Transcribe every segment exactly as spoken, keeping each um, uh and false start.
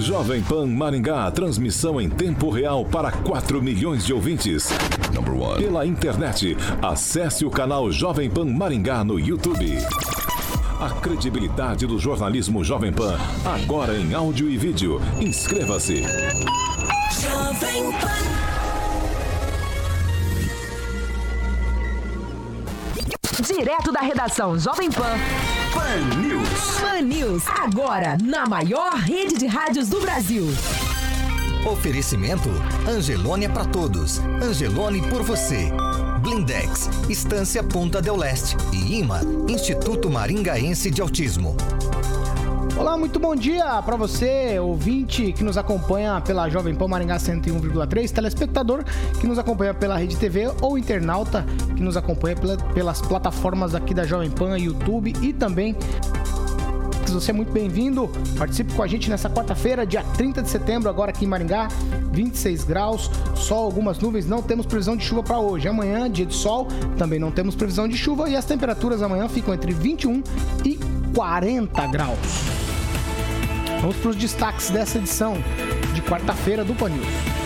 Jovem Pan Maringá, transmissão em tempo real para quatro milhões de ouvintes. Number one. Pela internet, acesse o canal Jovem Pan Maringá no YouTube. A credibilidade do jornalismo Jovem Pan, agora em áudio e vídeo. Inscreva-se. Jovem Pan. Direto da redação Jovem Pan. Pan News. Pan News, agora na maior rede de rádios do Brasil. Oferecimento Angelone é pra todos. Angelone por você. Blindex, Estância Punta del Leste e I M A, Instituto Maringaense de Autismo. Olá, muito bom dia para você, ouvinte que nos acompanha pela Jovem Pan Maringá cento e um vírgula três, telespectador que nos acompanha pela Rede T V ou internauta que nos acompanha pela, pelas plataformas aqui da Jovem Pan, YouTube e também. Você é muito bem-vindo, participe com a gente nessa quarta-feira, dia trinta de setembro, agora aqui em Maringá, vinte e seis graus, sol, algumas nuvens, não temos previsão de chuva para hoje. Amanhã, dia de sol, também não temos previsão de chuva e as temperaturas amanhã ficam entre vinte e um e quarenta graus. Vamos para os destaques dessa edição de quarta-feira do Pan News.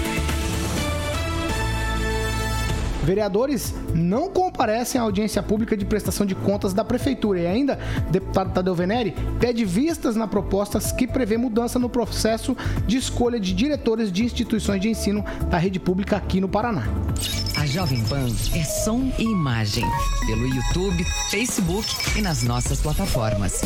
Vereadores não comparecem à audiência pública de prestação de contas da Prefeitura. E ainda, o deputado Tadeu Venere pede vistas na proposta que prevê mudança no processo de escolha de diretores de instituições de ensino da rede pública aqui no Paraná. A Jovem Pan é som e imagem, pelo YouTube, Facebook e nas nossas plataformas.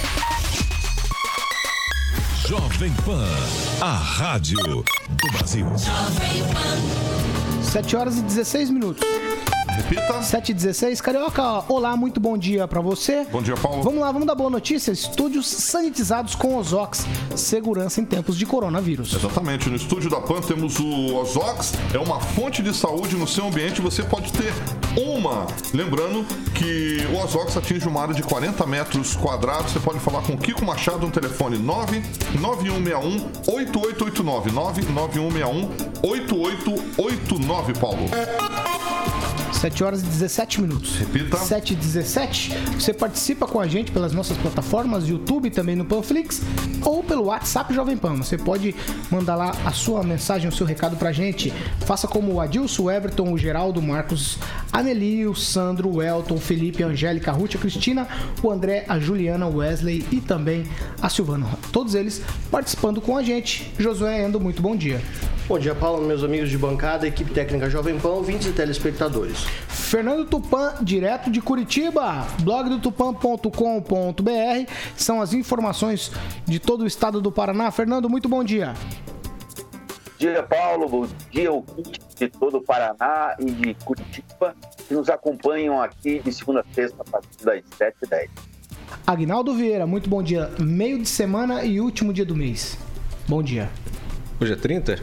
Jovem Pan, a rádio do Brasil. Jovem Pan. sete horas e dezesseis minutos. Repita. sete e dezesseis. Carioca, olá, muito bom dia pra você. Bom dia, Paulo. Vamos lá, vamos dar boa notícia. Estúdios sanitizados com Ozox. Segurança em tempos de coronavírus. Exatamente. No estúdio da Pan temos o Ozox. É uma fonte de saúde no seu ambiente. Você pode ter uma. Lembrando que o Ozox atinge uma área de quarenta metros quadrados. Você pode falar com o Kiko Machado no telefone nove nove um seis um oito oito oito nove. nove nove um seis um oito oito oito nove, Paulo. sete horas e dezessete minutos. Repita. sete e dezessete. Você participa com a gente pelas nossas plataformas, YouTube, também no Panflix, ou pelo WhatsApp Jovem Pan. Você pode mandar lá a sua mensagem, o seu recado pra gente. Faça como o Adilson, o Everton, o Geraldo, o Marcos, a Nelly, o Sandro, o Elton, o Felipe, a Angélica, a Ruth, a Cristina, o André, a Juliana, o Wesley e também a Silvana. Todos eles participando com a gente. Josué Endo, muito bom dia. Bom dia, Paulo, meus amigos de bancada, equipe técnica Jovem Pan, ouvintes e telespectadores. Fernando Tupan, direto de Curitiba, blog do tupan ponto com ponto b r, são as informações de todo o estado do Paraná. Fernando, muito bom dia. Bom dia, Paulo, bom dia, ouvintes de todo o Paraná e de Curitiba, que nos acompanham aqui de segunda a sexta, a partir das sete e dez. Aguinaldo Vieira, muito bom dia, meio de semana e último dia do mês. Bom dia. Hoje é trinta?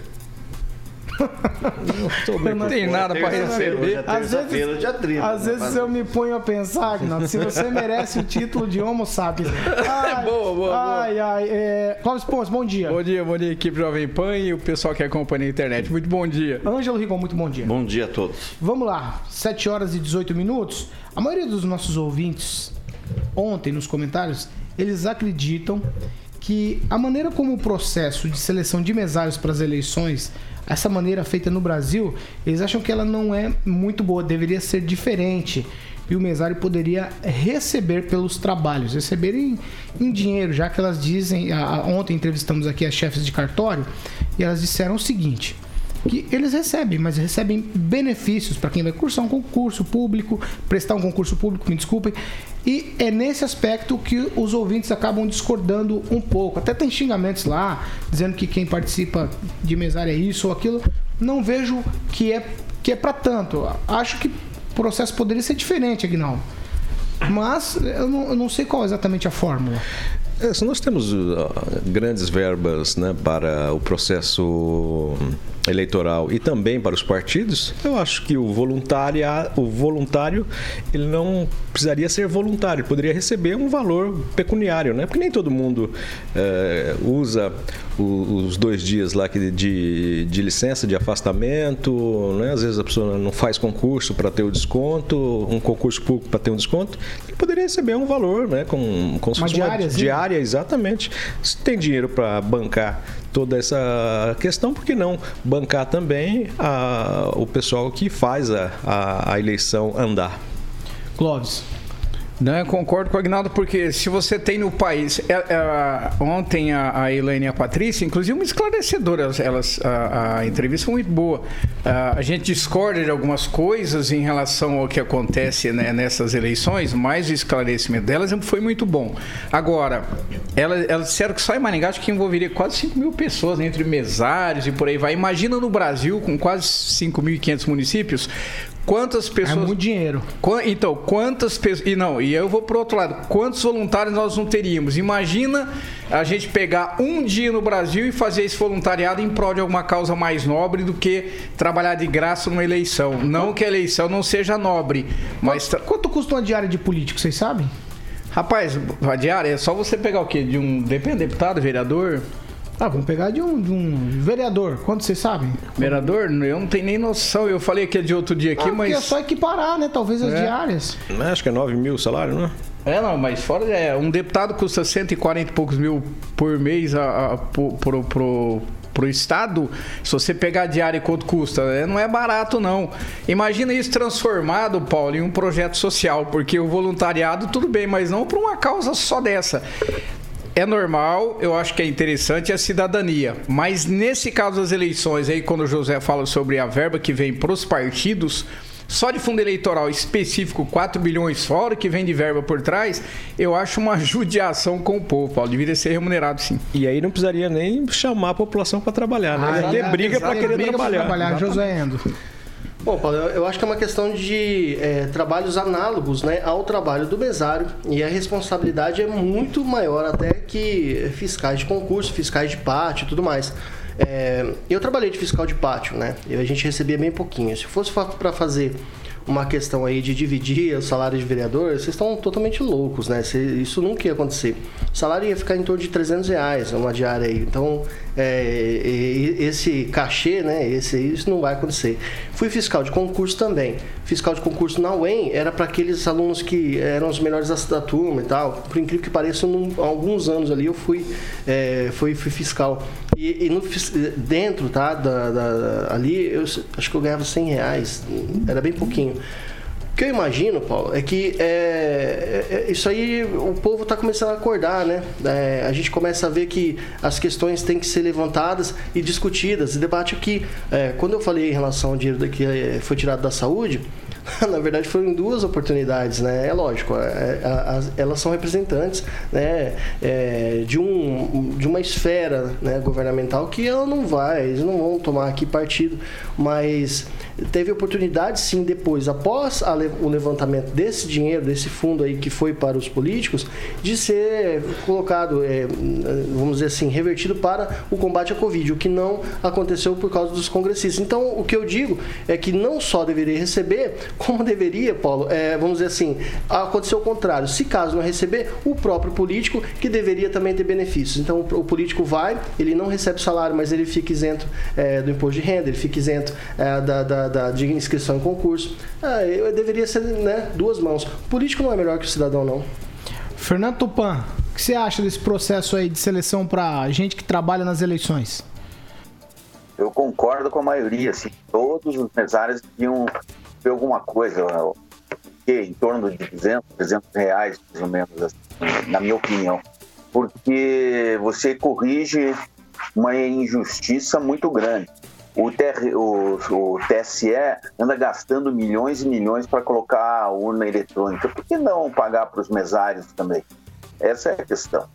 Não tem nada para receber. Às vezes, dia trinta, às vezes eu me ponho a pensar, Aguinaldo, se você merece o título de Homo sapiens. Ai, boa, boa, ai, boa. ai. É... Clóvis Pontes, bom dia. Bom dia, bom dia, equipe Jovem Pan e o pessoal que acompanha na internet. Muito bom dia. Ângelo Rigon, muito bom dia. Bom dia a todos. Vamos lá, sete horas e dezoito minutos. A maioria dos nossos ouvintes, ontem nos comentários, eles acreditam que a maneira como o processo de seleção de mesários para as eleições, essa maneira feita no Brasil, eles acham que ela não é muito boa, deveria ser diferente. E o mesário poderia receber pelos trabalhos, receber em, em dinheiro, já que elas dizem... A, ontem entrevistamos aqui as chefes de cartório e elas disseram o seguinte, que eles recebem, mas recebem benefícios para quem vai cursar um concurso público, prestar um concurso público, me desculpem. E é nesse aspecto que os ouvintes acabam discordando um pouco. Até tem xingamentos lá, dizendo que quem participa de mesário é isso ou aquilo. Não vejo que é, que é para tanto. Acho que o processo poderia ser diferente, Aguinaldo. Mas eu não, eu não sei qual é exatamente a fórmula. É, se nós temos uh, grandes verbas, né, para o processo eleitoral e também para os partidos, eu acho que o voluntário, o voluntário ele não precisaria ser voluntário, poderia receber um valor pecuniário, né? Porque nem todo mundo uh, usa o, os dois dias lá de, de, de licença, de afastamento, né? Às vezes a pessoa não faz concurso para ter o desconto, um concurso público para ter um desconto, ele poderia receber um valor, né, com, com uma diária, diária área, exatamente. Se tem dinheiro para bancar toda essa questão, por que não bancar também a, o pessoal que faz a, a, a eleição andar? Clóvis. Não, eu concordo com o Agnaldo, porque se você tem no país... É, é, ontem a, a Elaine e a Patrícia, inclusive, uma esclarecedora, elas, elas, a, a entrevista foi muito boa. A, a gente discorda de algumas coisas em relação ao que acontece, né, nessas eleições, mas o esclarecimento delas foi muito bom. Agora, elas, elas disseram que só em Maringá acho que envolveria quase cinco mil pessoas, né, entre mesários e por aí vai. Imagina no Brasil, com quase cinco mil e quinhentos municípios, quantas pessoas... É muito dinheiro. Então, quantas pessoas... E não, e eu vou pro outro lado. Quantos voluntários nós não teríamos? Imagina a gente pegar um dia no Brasil e fazer esse voluntariado em prol de alguma causa mais nobre do que trabalhar de graça numa eleição. Não que a eleição não seja nobre, mas... Quanto, quanto custa uma diária de político, vocês sabem? Rapaz, a diária é só você pegar o quê? De um... Depende, deputado, vereador... Ah, vamos pegar de um, de um vereador. Quanto vocês sabem? Vereador? Eu não tenho nem noção. Eu falei que é de outro dia aqui, ah, mas... é só equiparar, né? Talvez as é. diárias. Acho que é nove mil o salário, não é? É, não, mas fora... É, um deputado custa cento e quarenta e poucos mil por mês a, a, pro, pro, pro, pro Estado. Se você pegar a diária, quanto custa? É, não é barato, não. Imagina isso transformado, Paulo, em um projeto social. Porque o voluntariado, tudo bem, mas não por uma causa só dessa. É normal, eu acho que é interessante a cidadania, mas nesse caso das eleições, aí quando o José fala sobre a verba que vem para os partidos, só de fundo eleitoral específico, quatro bilhões fora, que vem de verba por trás, eu acho uma judiação com o povo, Paulo, deveria ser remunerado sim. E aí não precisaria nem chamar a população para trabalhar, né? Ah, ter é, briga para querer briga trabalhar. trabalhar. José Endo. Bom, Paulo, eu acho que é uma questão de é, trabalhos análogos, né, ao trabalho do mesário, e a responsabilidade é muito maior até que fiscais de concurso, fiscais de pátio e tudo mais. É, eu trabalhei de fiscal de pátio, né, e a gente recebia bem pouquinho. Se fosse para fazer uma questão aí de dividir o salário de vereador, vocês estão totalmente loucos, né? Isso nunca ia acontecer. O salário ia ficar em torno de trezentos reais, uma diária aí. Então, é, esse cachê, né? Esse, isso não vai acontecer. Fui fiscal de concurso também. Fiscal de concurso na U E M era para aqueles alunos que eram os melhores da turma e tal. Por incrível que pareça, há alguns anos ali eu fui, é, fui, fui fiscal. E, e no, dentro, tá, da, da, ali, eu acho que eu ganhava cem reais. Era bem pouquinho. O que eu imagino, Paulo, é que é, é, isso aí o povo está começando a acordar, né? É, a gente começa a ver que as questões têm que ser levantadas e discutidas. E debate aqui, é, quando eu falei em relação ao dinheiro que foi tirado da saúde, na verdade foram duas oportunidades, né? É lógico, é, a, a, elas são representantes, né, é, de, um, de uma esfera, né, governamental que ela não vai, eles não vão tomar aqui partido, mas teve oportunidade sim depois, após a, o levantamento desse dinheiro, desse fundo aí que foi para os políticos, de ser colocado, é, vamos dizer assim, revertido para o combate à Covid, o que não aconteceu por causa dos congressistas. Então, o que eu digo é que não só deveria receber, como deveria, Paulo, é, vamos dizer assim, aconteceu o contrário. Se caso não receber, o próprio político que deveria também ter benefícios. Então, o político vai, ele não recebe salário, mas ele fica isento é, do imposto de renda, ele fica isento é, da, da, da, de inscrição em concurso. É, deveria ser, né, duas mãos. O político não é melhor que o cidadão, não. Fernando Tupan, o que você acha desse processo aí de seleção para gente que trabalha nas eleições? Eu concordo com a maioria, assim, todos os mesários deviam ter alguma coisa, em torno de duzentos, trezentos reais, mais ou menos, assim, na minha opinião, porque você corrige uma injustiça muito grande. O, T R, o, o T S E anda gastando milhões e milhões para colocar a urna eletrônica. Por que não pagar para os mesários também? Essa é a questão.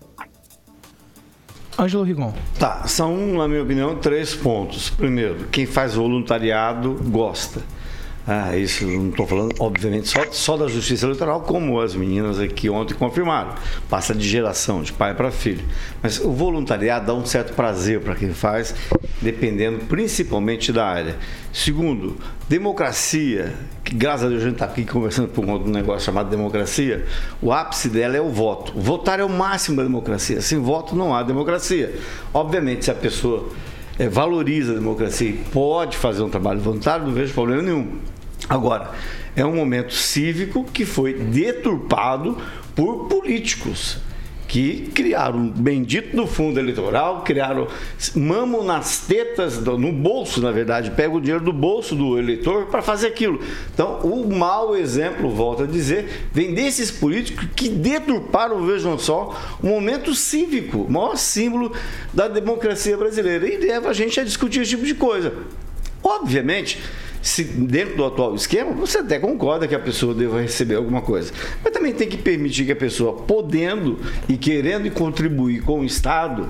Ângelo Rigon. Tá, são, na minha opinião, três pontos. Primeiro, quem faz voluntariado gosta. Ah, isso não estou falando, obviamente, só, só da justiça eleitoral, como as meninas aqui ontem confirmaram. Passa de geração, de pai para filho. Mas o voluntariado dá um certo prazer para quem faz, dependendo principalmente da área. Segundo, democracia, que graças a Deus a gente está aqui conversando por um negócio chamado democracia, o ápice dela é o voto. Votar é o máximo da democracia. Sem voto não há democracia. Obviamente, se a pessoa é, valoriza a democracia e pode fazer um trabalho voluntário, não vejo problema nenhum. Agora, é um momento cívico que foi deturpado por políticos que criaram um bendito do fundo eleitoral, criaram mamo nas tetas, no bolso, na verdade, pega o dinheiro do bolso do eleitor para fazer aquilo. Então, o mau exemplo, volto a dizer, vem desses políticos que deturparam, vejam só, o momento cívico, o maior símbolo da democracia brasileira, e leva a gente a discutir esse tipo de coisa. Obviamente, se dentro do atual esquema, você até concorda que a pessoa deva receber alguma coisa, mas também tem que permitir que a pessoa, podendo e querendo contribuir com o Estado,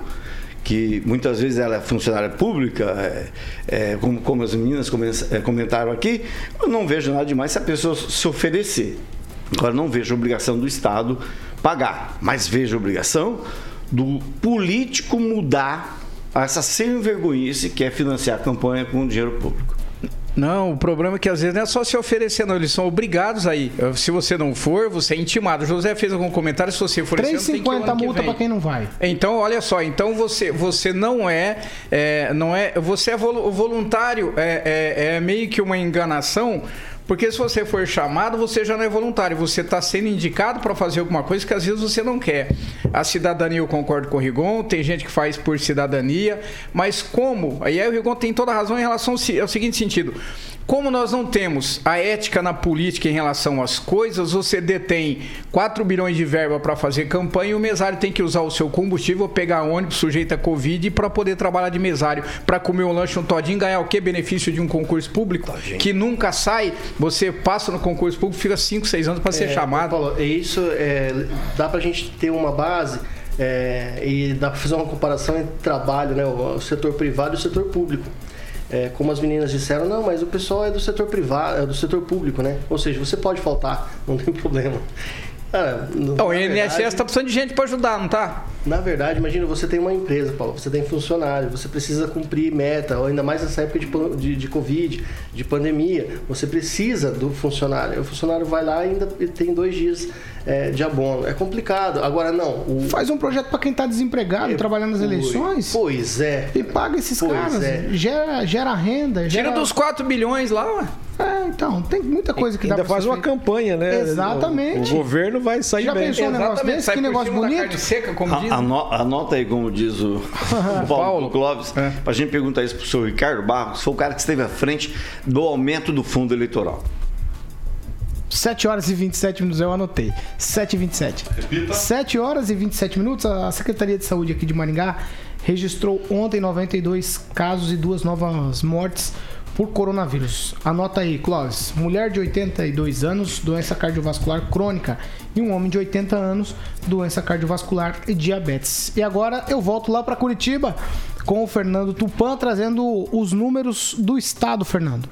que muitas vezes ela é funcionária pública, é, é, como, como as meninas comentaram aqui, eu não vejo nada demais se a pessoa se oferecer. Agora, não vejo a obrigação do Estado pagar, mas vejo a obrigação do político mudar essa sem-vergonhice que é financiar a campanha com dinheiro público. Não, o problema é que às vezes não é só se oferecer, não. Eles são obrigados aí. Se você não for, você é intimado. O José fez algum comentário, se você for três reais e cinquenta multa para quem não vai. Então, olha só, então você, você não é, é, não é, você é voluntário, é, é, é meio que uma enganação. Porque se você for chamado, você já não é voluntário. Você está sendo indicado para fazer alguma coisa que às vezes você não quer. A cidadania, eu concordo com o Rigon. Tem gente que faz por cidadania. Mas como? Aí o Rigon tem toda a razão em relação ao seguinte sentido. Como nós não temos a ética na política em relação às coisas, você detém quatro bilhões de verba para fazer campanha e o mesário tem que usar o seu combustível, pegar ônibus sujeito a Covid para poder trabalhar de mesário, para comer um lanche, um todinho, ganhar o que? Benefício de um concurso público todinho, que nunca sai. Você passa no concurso público, fica cinco, seis anos para ser é, chamado. Paulo, isso é, dá para a gente ter uma base é, e dá para fazer uma comparação entre trabalho, né, o setor privado e o setor público. É, como as meninas disseram, não, mas o pessoal é do setor privado, é do setor público, né? Ou seja, você pode faltar, não tem problema. Cara, no, o I N S S está precisando de gente para ajudar, não tá? Na verdade, imagina, você tem uma empresa, Paulo, você tem funcionário, você precisa cumprir meta, ou ainda mais nessa época de, de, de Covid, de pandemia, você precisa do funcionário. O funcionário vai lá e ainda tem dois dias é, de abono. É complicado. Agora, não. O... Faz um projeto para quem está desempregado, é, trabalhando nas eleições. Pois é. E paga esses pois caras. É. Gera, gera renda. Gera... Tira dos quatro bilhões lá, ué. É, então, tem muita coisa que ainda dá pra faz uma feito. campanha, né? Exatamente. O, o governo vai sair Já bem. pensou um negócio desse? Sai que negócio bonito. Seca, como diz. Anota aí, como diz o, o Paulo, Paulo Clóvis, é. Pra gente perguntar isso pro senhor Ricardo Barros, foi o cara que esteve à frente do aumento do fundo eleitoral. sete horas e vinte e sete minutos, eu anotei. sete e vinte e sete. Repita. sete horas e vinte e sete minutos, a Secretaria de Saúde aqui de Maringá registrou ontem noventa e dois casos e duas novas mortes por coronavírus. Anota aí, Clóvis. Mulher de oitenta e dois anos, doença cardiovascular crônica. E um homem de oitenta anos, doença cardiovascular e diabetes. E agora eu volto lá para Curitiba com o Fernando Tupan, trazendo os números do estado, Fernando.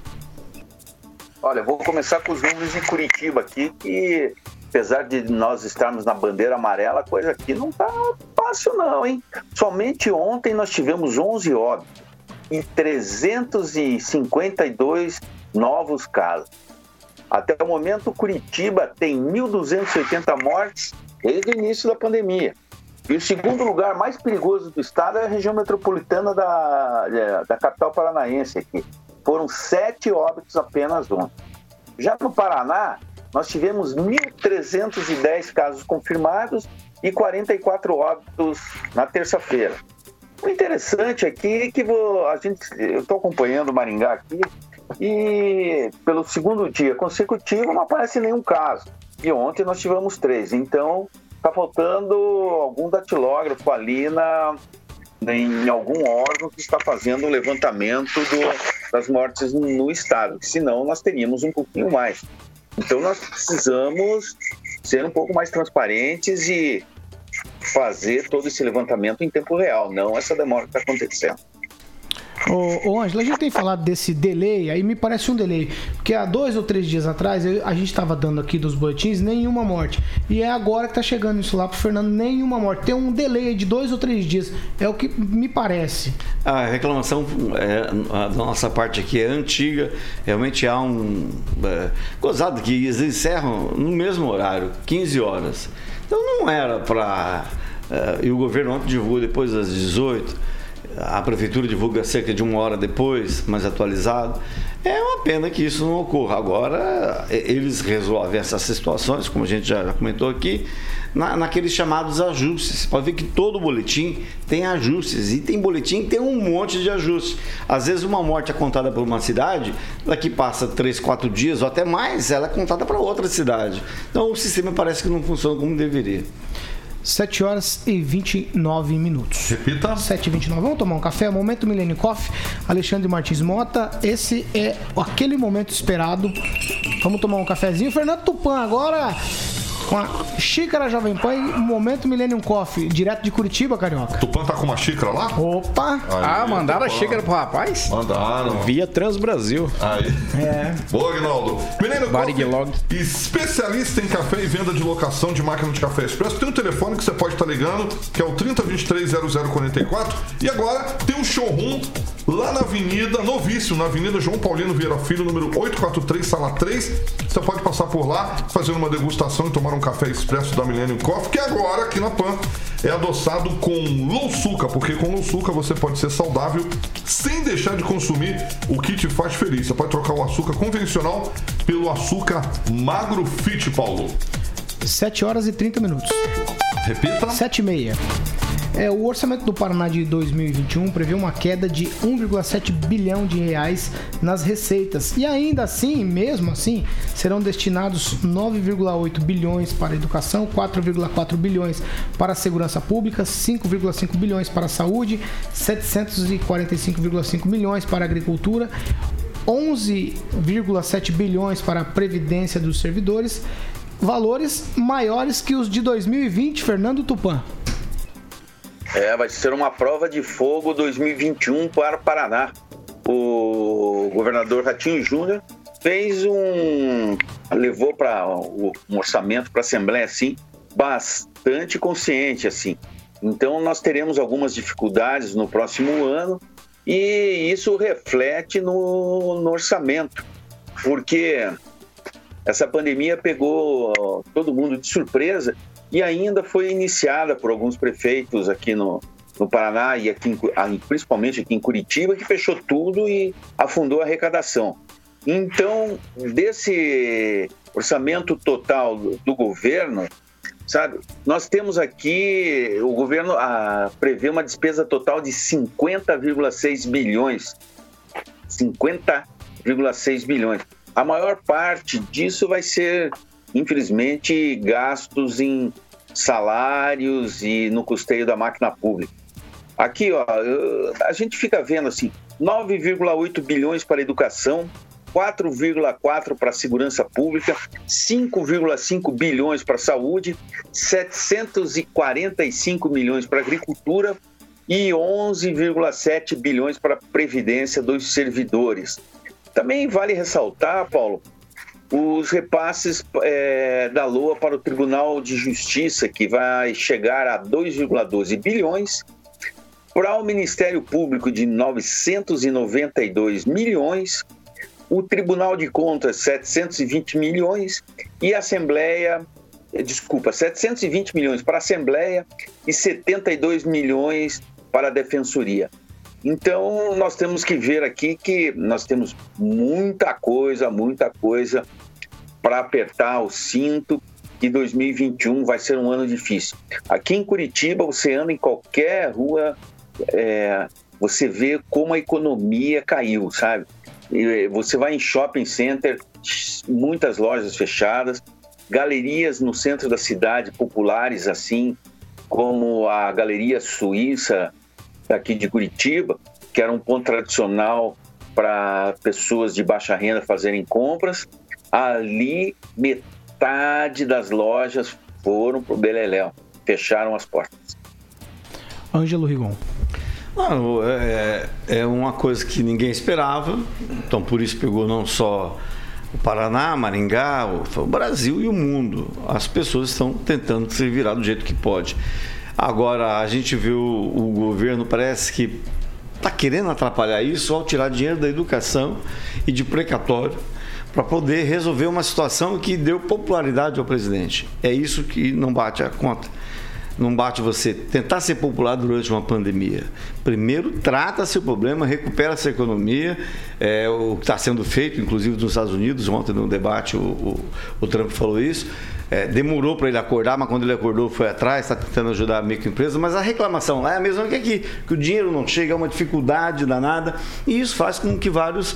Olha, vou começar com os números de Curitiba aqui, que apesar de nós estarmos na bandeira amarela, a coisa aqui não tá fácil não, hein? Somente ontem nós tivemos onze óbitos e trezentos e cinquenta e dois novos casos. Até o momento, Curitiba tem mil duzentas e oitenta mortes desde o início da pandemia. E o segundo lugar mais perigoso do estado é a região metropolitana da, da capital paranaense aqui. Foram sete óbitos apenas ontem. Já no Paraná, nós tivemos mil trezentos e dez casos confirmados e quarenta e quatro óbitos na terça-feira. O interessante aqui é que vou, a gente, eu estou acompanhando o Maringá aqui e pelo segundo dia consecutivo não aparece nenhum caso. E ontem nós tivemos três. Então está faltando algum datilógrafo ali na, em algum órgão que está fazendo o levantamento do, das mortes no, no estado. Senão nós teríamos um pouquinho mais. Então nós precisamos ser um pouco mais transparentes e fazer todo esse levantamento em tempo real, não essa demora que está acontecendo. Ô, ô Ângela, a gente tem falado desse delay, aí me parece um delay, porque há dois ou três dias atrás eu, a gente estava dando aqui dos boletins nenhuma morte, e é agora que está chegando isso lá pro Fernando, nenhuma morte, tem um delay de dois ou três dias, é o que me parece. A reclamação é, a nossa parte aqui é antiga, realmente há um é, gozado que eles encerram no mesmo horário, quinze horas, então não era para é, e o governo ontem divulgou depois das dezoito. A prefeitura divulga cerca de uma hora depois, mais atualizado. É uma pena que isso não ocorra. Agora, eles resolvem essas situações, como a gente já comentou aqui, na, naqueles chamados ajustes. Você pode ver que todo boletim tem ajustes, e tem boletim que tem um monte de ajustes. Às vezes uma morte é contada por uma cidade, daqui passa três, quatro dias ou até mais, ela é contada para outra cidade. Então o sistema parece que não funciona como deveria. sete horas e vinte e nove minutos. Repita. sete e vinte e nove. Vamos tomar um café? Momento Millennium Coffee. Alexandre Martins Mota. Esse é aquele momento esperado. Vamos tomar um cafezinho. Fernando Tupan agora com a xícara Jovem Pan e Momento Millennium Coffee. Direto de Curitiba, Carioca. Tupan tá com uma xícara lá? Opa! Aí, ah, mandaram Tupan. a xícara pro rapaz? Mandaram. Via Transbrasil. Aí. É. Boa, Aguinaldo. Millennium Varig-log. Coffee, especialista em café e venda de locação de máquina de café expresso. Tem um telefone que você pode estar ligando, que é o trinta, vinte e três, zero zero quarenta e quatro. E agora tem um showroom lá na Avenida Novício, na Avenida João Paulino Vieira Filho, número oitocentos e quarenta e três, sala três. Você pode passar por lá, fazer uma degustação e tomar um café expresso da Millennium Coffee, que agora aqui na Pan é adoçado com low suca, porque com low suca você pode ser saudável sem deixar de consumir o que te faz feliz. Você pode trocar o açúcar convencional pelo açúcar Magro Fit, Paulo. sete horas e trinta minutos. Repita. sete e meia. É, o orçamento do Paraná de dois mil e vinte e um prevê uma queda de um vírgula sete bilhão de reais nas receitas. E ainda assim, mesmo assim, serão destinados nove vírgula oito bilhões para a educação, quatro vírgula quatro bilhões para a segurança pública, cinco vírgula cinco bilhões para a saúde, setecentos e quarenta e cinco vírgula cinco milhões para a agricultura, onze vírgula sete bilhões para a previdência dos servidores, valores maiores que os de dois mil e vinte, Fernando Tupan. É, vai ser uma prova de fogo dois mil e vinte e um para o Paraná. O governador Ratinho Júnior fez um... levou para um orçamento para a Assembleia, assim, bastante consciente, assim. Então, nós teremos algumas dificuldades no próximo ano e isso reflete no, no orçamento, porque essa pandemia pegou todo mundo de surpresa e ainda foi iniciada por alguns prefeitos aqui no, no Paraná e aqui em, principalmente aqui em Curitiba, que fechou tudo e afundou a arrecadação. Então, desse orçamento total do, do governo, sabe, nós temos aqui, o governo a, prevê uma despesa total de cinquenta vírgula seis bilhões. cinquenta vírgula seis bilhões. A maior parte disso vai ser, infelizmente, gastos em salários e no custeio da máquina pública. Aqui, ó, a gente fica vendo assim, nove vírgula oito bilhões para a educação, quatro vírgula quatro para a segurança pública, cinco vírgula cinco bilhões para a saúde, setecentos e quarenta e cinco milhões para a agricultura e onze vírgula sete bilhões para a previdência dos servidores. Também vale ressaltar, Paulo, os repasses é, da LOA para o Tribunal de Justiça, que vai chegar a dois vírgula doze bilhões, para o Ministério Público de novecentos e noventa e dois milhões, o Tribunal de Contas setecentos e vinte milhões e a Assembleia, desculpa, setecentos e vinte milhões para a Assembleia e setenta e dois milhões para a Defensoria. Então, nós temos que ver aqui que nós temos muita coisa, muita coisa para apertar o cinto, e dois mil e vinte e um vai ser um ano difícil. Aqui em Curitiba, você anda em qualquer rua, é, você vê como a economia caiu, sabe? E você vai em shopping center, muitas lojas fechadas, galerias no centro da cidade, populares assim, como a Galeria Suíça, aqui de Curitiba, que era um ponto tradicional para pessoas de baixa renda fazerem compras. Ali, metade das lojas foram para o Beleléu, fecharam as portas. Ângelo Rigon. Não, é, é uma coisa que ninguém esperava, então por isso pegou não só o Paraná, Maringá, o, o Brasil e o mundo. As pessoas estão tentando se virar do jeito que pode. Agora, a gente viu o governo, parece que está querendo atrapalhar isso ao tirar dinheiro da educação e de precatório para poder resolver uma situação que deu popularidade ao presidente. É isso que não bate a conta. não bate você tentar ser popular durante uma pandemia. Primeiro, trata-se o problema, recupera-se a economia, é, o que está sendo feito, inclusive nos Estados Unidos, ontem no debate o, o, o Trump falou isso. É, demorou para ele acordar, mas quando ele acordou foi atrás, está tentando ajudar a microempresa, mas a reclamação lá é a mesma que aqui, que o dinheiro não chega, é uma dificuldade danada, e isso faz com que vários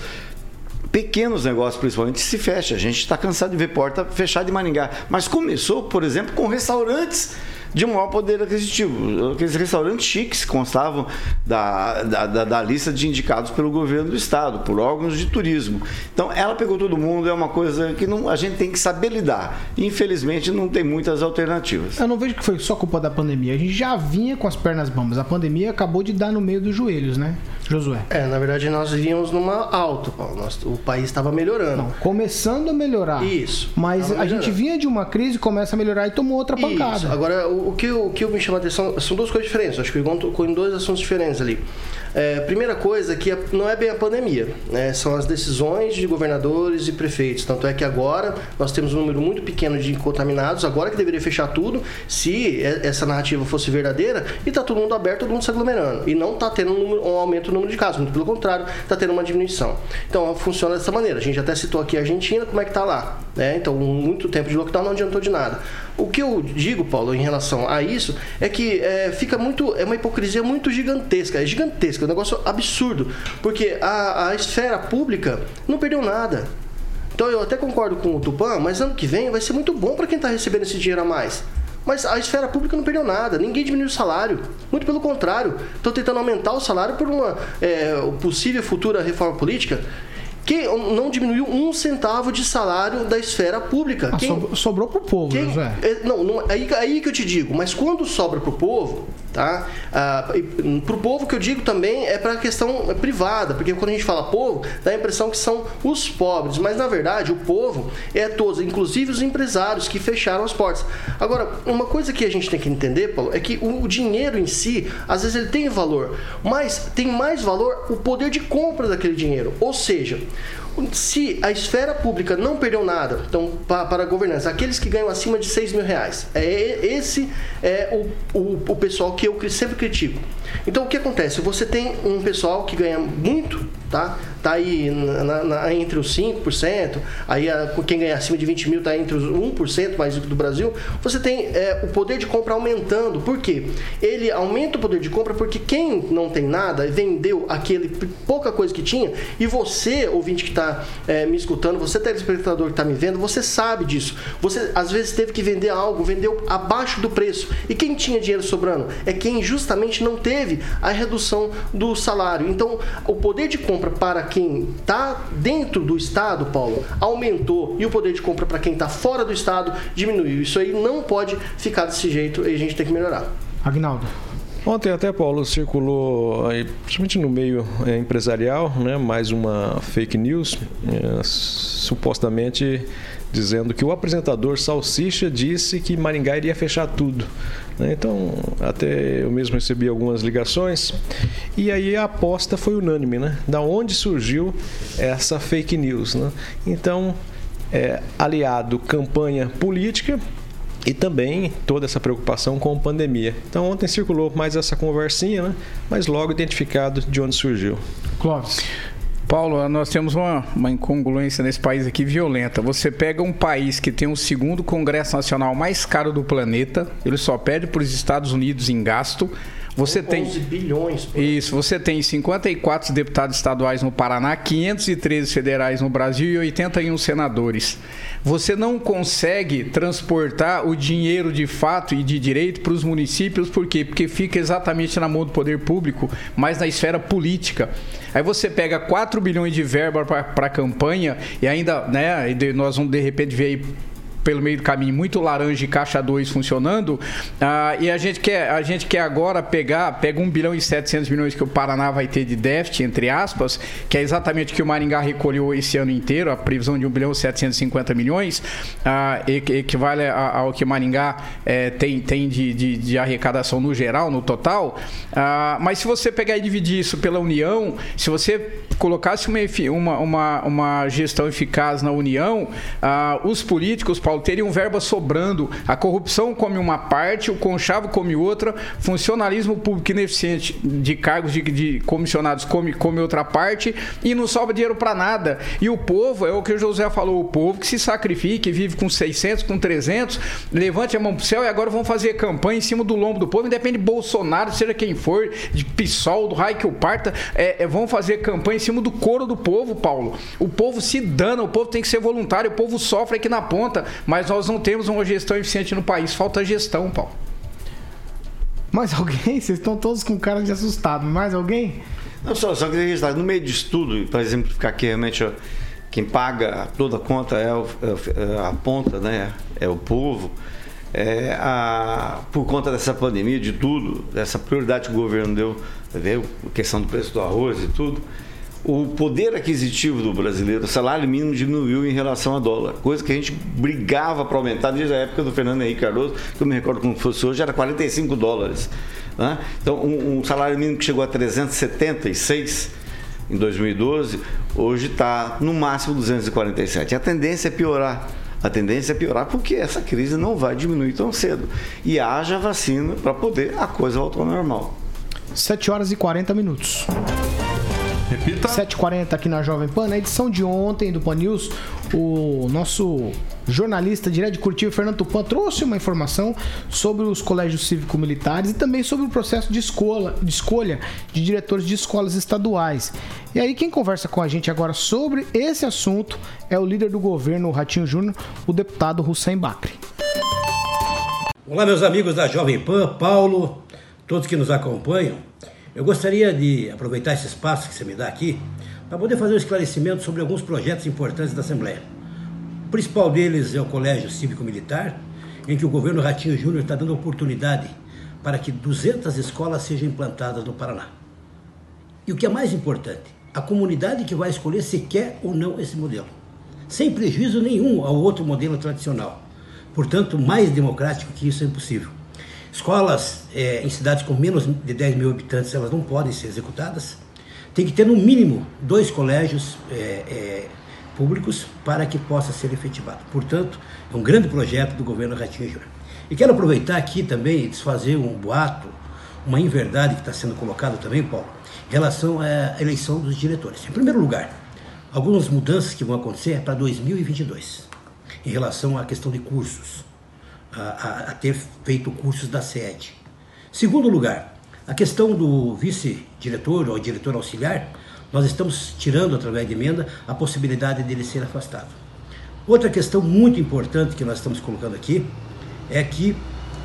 pequenos negócios, principalmente, se fechem. A gente está cansado de ver porta fechada em Maringá, mas começou, por exemplo, com restaurantes de maior poder aquisitivo, aqueles restaurantes chiques que constavam da, da, da, da lista de indicados pelo governo do estado, por órgãos de turismo. Então, ela pegou todo mundo, é uma coisa que não, a gente tem que saber lidar. Infelizmente, não tem muitas alternativas. Eu não vejo que foi só culpa da pandemia. A gente já vinha com as pernas bambas. A pandemia acabou de dar no meio dos joelhos, né, Josué? É, na verdade, nós vínhamos numa alta, Paulo. Nós, o país estava melhorando. Não, começando a melhorar. Isso. Mas a gente vinha de uma crise, começa a melhorar e tomou outra pancada. Isso. Agora, o, o, que, o que me chama a atenção são duas coisas diferentes. Acho que o Igor tocou em dois assuntos diferentes ali. É, primeira coisa que não é bem a pandemia, né? São as decisões de governadores e prefeitos. Tanto é que agora nós temos um número muito pequeno de contaminados, agora que deveria fechar tudo, se essa narrativa fosse verdadeira, e está todo mundo aberto, todo mundo se aglomerando. E não está tendo um, número, um aumento no número de casos, muito pelo contrário, está tendo uma diminuição. Então funciona dessa maneira. A gente até citou aqui a Argentina, como é que está lá, né? Então, muito tempo de lockdown não adiantou de nada. O que eu digo, Paulo, em relação a isso, é que é, fica muito, é uma hipocrisia muito gigantesca, é gigantesca, é um negócio absurdo, porque a, a esfera pública não perdeu nada. Então eu até concordo com o Tupã, mas ano que vem vai ser muito bom para quem está recebendo esse dinheiro a mais. Mas a esfera pública não perdeu nada, ninguém diminuiu o salário, muito pelo contrário, estão tentando aumentar o salário por uma é, possível futura reforma política. Quem não diminuiu um centavo de salário da esfera pública. Ah, Quem, sobrou, sobrou pro povo, quem, José. É, não, não aí, aí que eu te digo, mas quando sobra pro povo, tá? Ah, pro povo que eu digo também é para a questão privada, porque quando a gente fala povo, dá a impressão que são os pobres, mas na verdade o povo é todos, inclusive os empresários que fecharam as portas. Agora, uma coisa que a gente tem que entender, Paulo, é que o, o dinheiro em si, às vezes ele tem valor, mas tem mais valor o poder de compra daquele dinheiro, ou seja, se a esfera pública não perdeu nada, então para, para a governança, aqueles que ganham acima de seis mil reais, é, esse é o, o, o pessoal que eu sempre critico. Então o que acontece? Você tem um pessoal que ganha muito, tá? Tá aí na, na, entre os cinco por cento, aí a, quem ganha acima de vinte mil está entre os um por cento mais do Brasil. Você tem é, o poder de compra aumentando. Por quê? Ele aumenta o poder de compra porque quem não tem nada vendeu aquele pouca coisa que tinha, e você, ouvinte que está é, me escutando, você telespectador que está me vendo, você sabe disso. Você às vezes teve que vender algo, vendeu abaixo do preço. E quem tinha dinheiro sobrando? É quem justamente não teve a redução do salário. Então, o poder de compra para quem está dentro do Estado, Paulo, aumentou, e o poder de compra para quem está fora do Estado diminuiu. Isso aí não pode ficar desse jeito e a gente tem que melhorar. Aguinaldo. Ontem até, Paulo, circulou, aí, principalmente no meio é, empresarial, né, mais uma fake news, é, supostamente dizendo que o apresentador Salsicha disse que Maringá iria fechar tudo. Então, até eu mesmo recebi algumas ligações e aí a aposta foi unânime, né? Da onde surgiu essa fake news, né? Então, é, aliado campanha política e também toda essa preocupação com a pandemia. Então, ontem circulou mais essa conversinha, né? Mas logo identificado de onde surgiu. Clóvis. Paulo, nós temos uma, uma incongruência nesse país aqui violenta. Você pega um país que tem o segundo Congresso Nacional mais caro do planeta, ele só perde para os Estados Unidos em gasto. Você tem onze bilhões. Isso, você tem cinquenta e quatro deputados estaduais no Paraná, quinhentos e treze federais no Brasil e oitenta e um senadores. Você não consegue transportar o dinheiro de fato e de direito para os municípios, por quê? Porque fica exatamente na mão do poder público, mas na esfera política. Aí você pega quatro bilhões de verba para a campanha e ainda, né, nós vamos de repente ver aí pelo meio do caminho, muito laranja e caixa dois funcionando, ah, e a gente, quer, a gente quer agora pegar, pega um bilhão e setecentos milhões que o Paraná vai ter de déficit, entre aspas, que é exatamente o que o Maringá recolheu esse ano inteiro, a previsão de um bilhão e setecentos e cinquenta milhões, ah, equivale ao que Maringá é, tem, tem de, de, de arrecadação no geral, no total, ah, mas se você pegar e dividir isso pela União, se você colocasse uma, uma, uma, uma gestão eficaz na União, ah, os políticos, Paulo, Paulo, teriam verba sobrando. A corrupção come uma parte, o conchavo come outra, funcionalismo público ineficiente de cargos de, de comissionados come, come outra parte e não sobra dinheiro para nada. E o povo, é o que o José falou, o povo que se sacrifica, vive com seiscentos, com trezentos, levante a mão pro céu e agora vão fazer campanha em cima do lombo do povo, independe de Bolsonaro, seja quem for, de PSOL, do raio que o parta, é, é, vão fazer campanha em cima do couro do povo, Paulo. O povo se dana, o povo tem que ser voluntário, o povo sofre aqui na ponta, mas nós não temos uma gestão eficiente no país, falta gestão, Paulo. Mais alguém? Vocês estão todos com cara de assustado, mais alguém? Não, só, só queria registrar, no meio disso tudo, para exemplificar aqui, realmente, ó, quem paga toda a conta é, o, é a ponta, né? É o povo. É, a, por conta dessa pandemia, de tudo, dessa prioridade que o governo deu, viu? A questão do preço do arroz e tudo, o poder aquisitivo do brasileiro, o salário mínimo diminuiu em relação a dólar, coisa que a gente brigava para aumentar desde a época do Fernando Henrique Cardoso, que eu me recordo como fosse hoje, era quarenta e cinco dólares. Né? Então, um, um salário mínimo que chegou a trezentos e setenta e seis em dois mil e doze, hoje está no máximo duzentos e quarenta e sete. A tendência é piorar. A tendência é piorar porque essa crise não vai diminuir tão cedo. E haja vacina para poder a coisa voltar ao normal. sete horas e quarenta minutos. Repita. sete e quarenta aqui na Jovem Pan. Na edição de ontem do Pan News, o nosso jornalista direto de Curitiba, Fernando Tupan, trouxe uma informação sobre os colégios cívico-militares e também sobre o processo de escolha, de escolha de diretores de escolas estaduais. E aí quem conversa com a gente agora sobre esse assunto é o líder do governo, o Ratinho Júnior, o deputado Hussein Bacri. Olá, meus amigos da Jovem Pan, Paulo, todos que nos acompanham. Eu gostaria de aproveitar esse espaço que você me dá aqui para poder fazer um esclarecimento sobre alguns projetos importantes da Assembleia. O principal deles é o Colégio Cívico-Militar, em que o governo Ratinho Júnior está dando oportunidade para que duzentas escolas sejam implantadas no Paraná. E o que é mais importante, a comunidade que vai escolher se quer ou não esse modelo, sem prejuízo nenhum ao outro modelo tradicional. Portanto, mais democrático que isso é impossível. Escolas é, em cidades com menos de dez mil habitantes, elas não podem ser executadas. Tem que ter no mínimo dois colégios é, é, públicos para que possa ser efetivado. Portanto, é um grande projeto do governo Ratinho Júnior. E quero aproveitar aqui também e desfazer um boato, uma inverdade que está sendo colocada também, Paulo, em relação à eleição dos diretores. Em primeiro lugar, algumas mudanças que vão acontecer é para dois mil e vinte e dois, em relação à questão de cursos. A, a, a ter feito cursos da sede. Segundo lugar, a questão do vice-diretor ou diretor auxiliar, nós estamos tirando, através de emenda, a possibilidade dele ser afastado. Outra questão muito importante que nós estamos colocando aqui é que,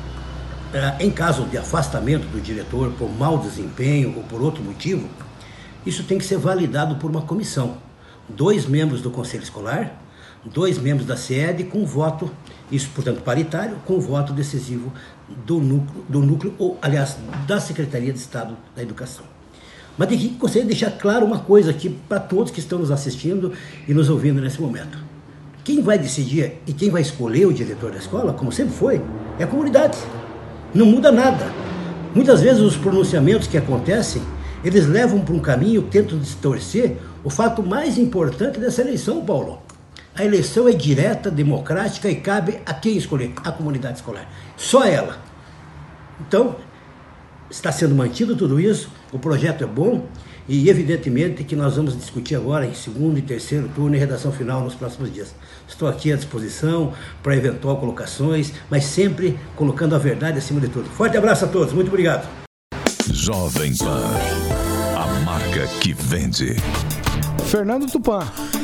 em caso de afastamento do diretor por mau desempenho ou por outro motivo, isso tem que ser validado por uma comissão. Dois membros do Conselho Escolar, dois membros da sede com voto, isso, portanto, paritário, com voto decisivo do núcleo, do núcleo ou, aliás, da Secretaria de Estado da Educação. Mas aqui gostaria de deixar claro uma coisa aqui para todos que estão nos assistindo e nos ouvindo nesse momento. Quem vai decidir e quem vai escolher o diretor da escola, como sempre foi, é a comunidade. Não muda nada. Muitas vezes os pronunciamentos que acontecem, eles levam para um caminho, tentam distorcer o fato mais importante dessa eleição, Paulo. A eleição é direta, democrática e cabe a quem escolher? A comunidade escolar. Só ela. Então, está sendo mantido tudo isso, o projeto é bom e evidentemente que nós vamos discutir agora em segundo e terceiro turno e redação final nos próximos dias. Estou aqui à disposição para eventual colocações, mas sempre colocando a verdade acima de tudo. Forte abraço a todos, muito obrigado. Jovem Pan, a marca que vende. Fernando Tupan.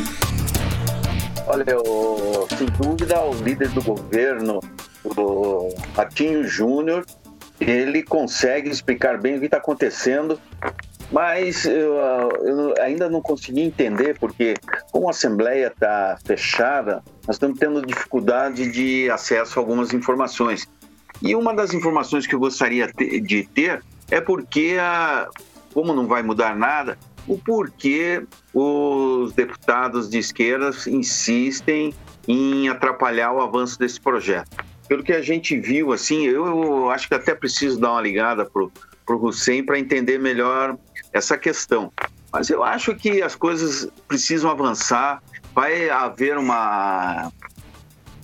Olha, eu, sem dúvida, o líder do governo, o Ratinho Júnior, ele consegue explicar bem o que está acontecendo, mas eu, eu ainda não consegui entender, porque como a Assembleia está fechada, nós estamos tendo dificuldade de acesso a algumas informações. E uma das informações que eu gostaria de ter é porque, a, como não vai mudar nada, o porquê os deputados de esquerda insistem em atrapalhar o avanço desse projeto. Pelo que a gente viu, assim, eu, eu acho que até preciso dar uma ligada pro, pro Hussein para entender melhor essa questão. Mas eu acho que as coisas precisam avançar, vai haver uma,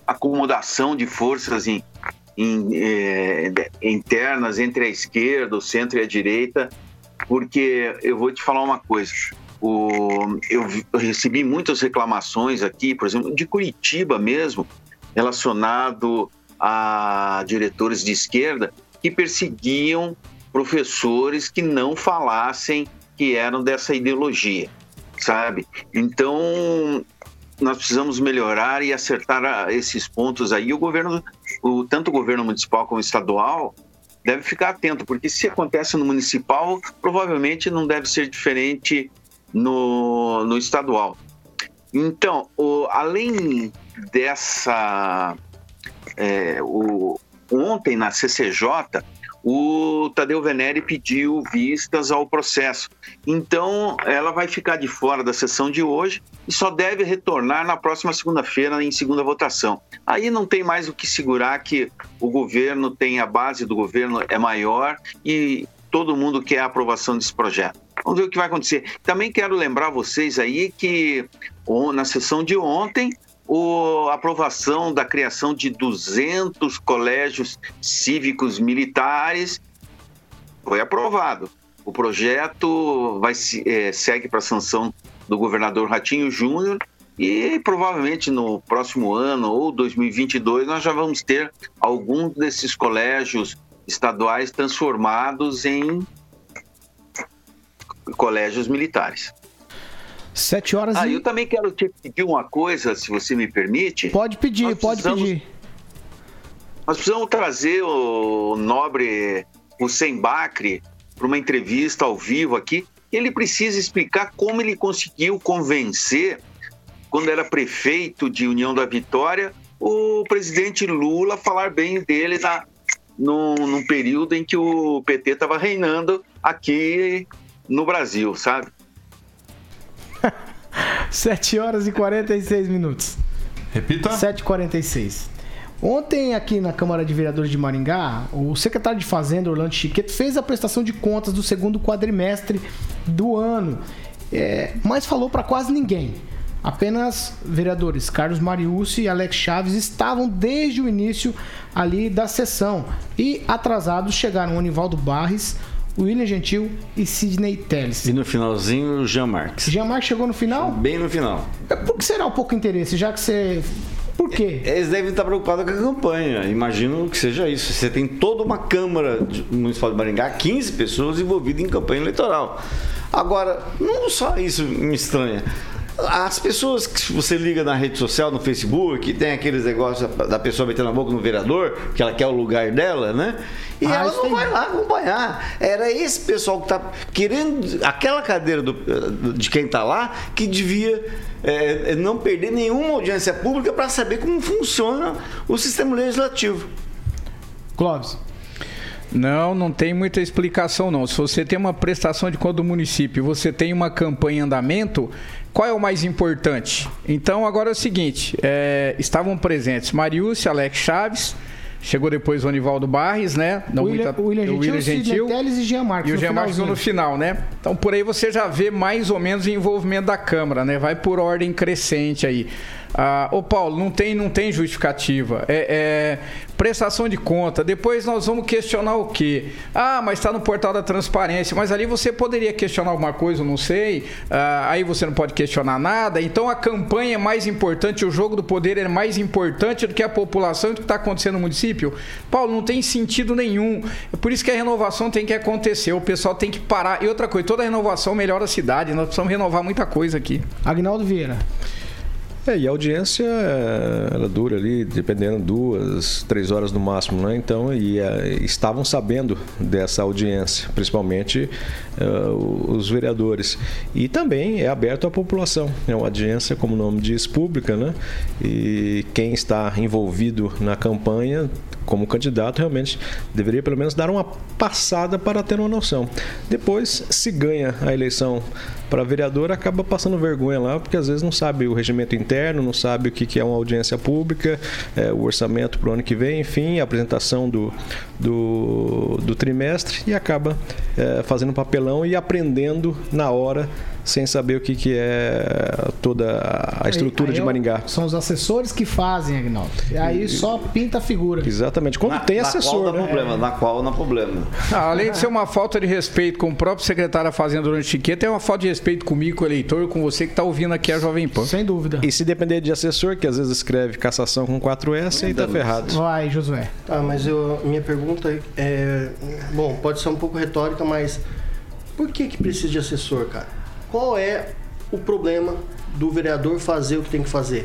acomodação de forças em, em, eh, internas entre a esquerda, o centro e a direita, porque eu vou te falar uma coisa. O, eu, eu recebi muitas reclamações aqui, por exemplo, de Curitiba mesmo, relacionado a diretores de esquerda que perseguiam professores que não falassem que eram dessa ideologia, sabe? Então, nós precisamos melhorar e acertar esses pontos aí. O governo, o, tanto o governo municipal como o estadual, deve ficar atento, porque se acontece no municipal, provavelmente não deve ser diferente no, no estadual. Então, o, além dessa... É, o, ontem, na C C J, o Tadeu Venere pediu vistas ao processo. Então, ela vai ficar de fora da sessão de hoje e só deve retornar na próxima segunda-feira, em segunda votação. Aí não tem mais o que segurar, que o governo tem, a base do governo é maior e todo mundo quer a aprovação desse projeto. Vamos ver o que vai acontecer. Também quero lembrar vocês aí que na sessão de ontem, a aprovação da criação de duzentos colégios cívicos militares foi aprovado. O projeto vai, é, segue para a sanção do governador Ratinho Júnior e provavelmente no próximo ano ou dois mil e vinte e dois nós já vamos ter algum desses colégios estaduais transformados em colégios militares. Sete horas ah, e... eu também quero te pedir uma coisa, se você me permite. Pode pedir, pode pedir. Nós precisamos trazer o nobre Hussein Bakri para uma entrevista ao vivo aqui. Ele precisa explicar como ele conseguiu convencer, quando era prefeito de União da Vitória, o presidente Lula a falar bem dele na, num, num período em que o P T estava reinando aqui no Brasil, sabe? sete horas e quarenta e seis minutos. Repita. sete e quarenta e seis. Ontem, aqui na Câmara de Vereadores de Maringá, o secretário de Fazenda, Orlando Chiqueto, fez a prestação de contas do segundo quadrimestre do ano, é, mas falou para quase ninguém. Apenas vereadores Carlos Mariucci e Alex Chaves estavam desde o início ali da sessão. E atrasados chegaram o Anivaldo Barres, William Gentil e Sidney Telles. E no finalzinho, o Jean Marques. Jean Marques chegou no final? Bem no final. Por que será um pouco interesse, já que você... Por quê? Eles devem estar preocupados com a campanha. Imagino que seja isso. Você tem toda uma Câmara Municipal de Maringá, quinze pessoas envolvidas em campanha eleitoral. Agora, não só isso me estranha. As pessoas que você liga na rede social, no Facebook, tem aqueles negócios da pessoa metendo a boca no vereador, que ela quer o lugar dela, né? E ah, ela não vai lá acompanhar. Era esse pessoal que está querendo aquela cadeira do, de quem está lá, que devia é, não perder nenhuma audiência pública para saber como funciona o sistema legislativo. Clóvis. Não, não tem muita explicação não. Se você tem uma prestação de conta do município, você tem uma campanha em andamento, qual é o mais importante? Então agora é o seguinte, é, estavam presentes Mariucci, Alex Chaves, chegou depois o Anivaldo Barres, né? Não William, muita, William Gentil, William Gentil Telles e Jean Marques. E o Jean Marques no final, né? Então por aí você já vê mais ou menos o envolvimento da Câmara, né? Vai por ordem crescente aí. Ah, ô Paulo, não tem, não tem justificativa. É, é prestação de conta. Depois nós vamos questionar o quê? Ah, mas está no portal da transparência. Mas ali você poderia questionar alguma coisa, eu não sei. Ah, aí você não pode questionar nada. Então a campanha é mais importante, o jogo do poder é mais importante do que a população e do que está acontecendo no município. Paulo, não tem sentido nenhum. É por isso que a renovação tem que acontecer. O pessoal tem que parar. E outra coisa, toda renovação melhora a cidade. Nós precisamos renovar muita coisa aqui. Agnaldo Vieira. É, e a audiência, ela dura ali, dependendo, duas, três horas no máximo, né? Então, e uh, estavam sabendo dessa audiência, principalmente uh, os vereadores. E também é aberto à população. É uma audiência, como o nome diz, pública, né? E quem está envolvido na campanha, como candidato, realmente deveria pelo menos dar uma passada para ter uma noção. Depois, se ganha a eleição para vereador, acaba passando vergonha lá, porque às vezes não sabe o regimento interno, não sabe o que é uma audiência pública, é, o orçamento para o ano que vem, enfim, a apresentação do, do, do trimestre, e acaba é, fazendo papelão e aprendendo na hora sem saber o que, que é toda a estrutura aí, aí de Maringá. São os assessores que fazem, Agnaldo. E aí só pinta a figura. Exatamente. Quando na, tem na assessor, qual né? dá problema, na qual não há problema. Ah, além de ser uma falta de respeito com o próprio secretário da Fazenda durante Chiqueta, é uma falta de respeito comigo, com o eleitor, com você que está ouvindo aqui a Jovem Pan. Sem dúvida. E se depender de assessor, que às vezes escreve cassação com quatro S, aí tá ferrado. Vai, Josué. Tá, mas eu, minha pergunta é... Bom, pode ser um pouco retórica, mas... Por que que precisa de assessor, cara? Qual é o problema do vereador fazer o que tem que fazer?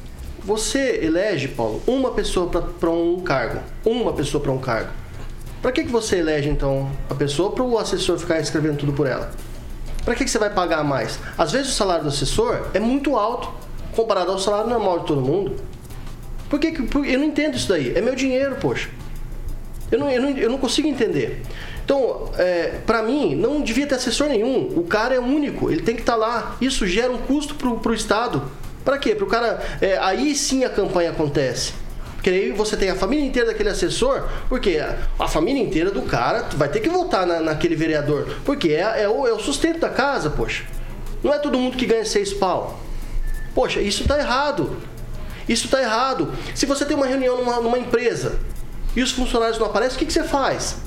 Você elege, Paulo, uma pessoa para um cargo. Uma pessoa para um cargo. Para que que você elege, então, a pessoa para o assessor ficar escrevendo tudo por ela? Para que que você vai pagar mais? Às vezes o salário do assessor é muito alto comparado ao salário normal de todo mundo. Por que que... Eu não entendo isso daí. É meu dinheiro, poxa. Eu não, eu não, eu não consigo entender. Então, é, para mim, não devia ter assessor nenhum. O cara é único, ele tem que estar tá lá. Isso gera um custo pro, pro Estado. Para quê? Pro cara, é, aí sim a campanha acontece. Porque aí você tem a família inteira daquele assessor, porque a, a família inteira do cara vai ter que votar na, naquele vereador. Porque é, é, o, é o sustento da casa, poxa. Não é todo mundo que ganha seis pau. Poxa, isso tá errado. Isso tá errado. Se você tem uma reunião numa, numa empresa e os funcionários não aparecem, o que, que você faz?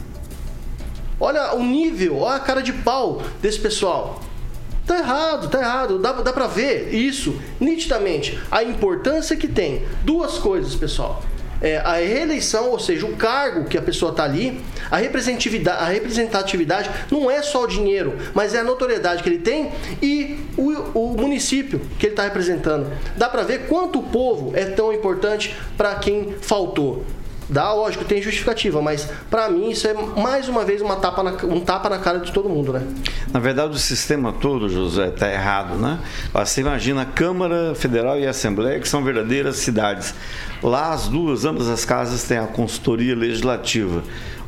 Olha o nível, olha a cara de pau desse pessoal. Tá errado, tá errado. Dá, dá pra ver isso nitidamente. A importância que tem. Duas coisas, pessoal. É, a reeleição, ou seja, o cargo que a pessoa tá ali, a representatividade, a representatividade não é só o dinheiro, mas é a notoriedade que ele tem e o, o município que ele está representando. Dá pra ver quanto o povo é tão importante para quem faltou. Dá, lógico, tem justificativa, mas para mim isso é mais uma vez uma tapa na, um tapa na cara de todo mundo, né? Na verdade, o sistema todo, José, está errado, né? Você imagina a Câmara Federal e a Assembleia, que são verdadeiras cidades. Lá, as duas, ambas as casas têm a consultoria legislativa.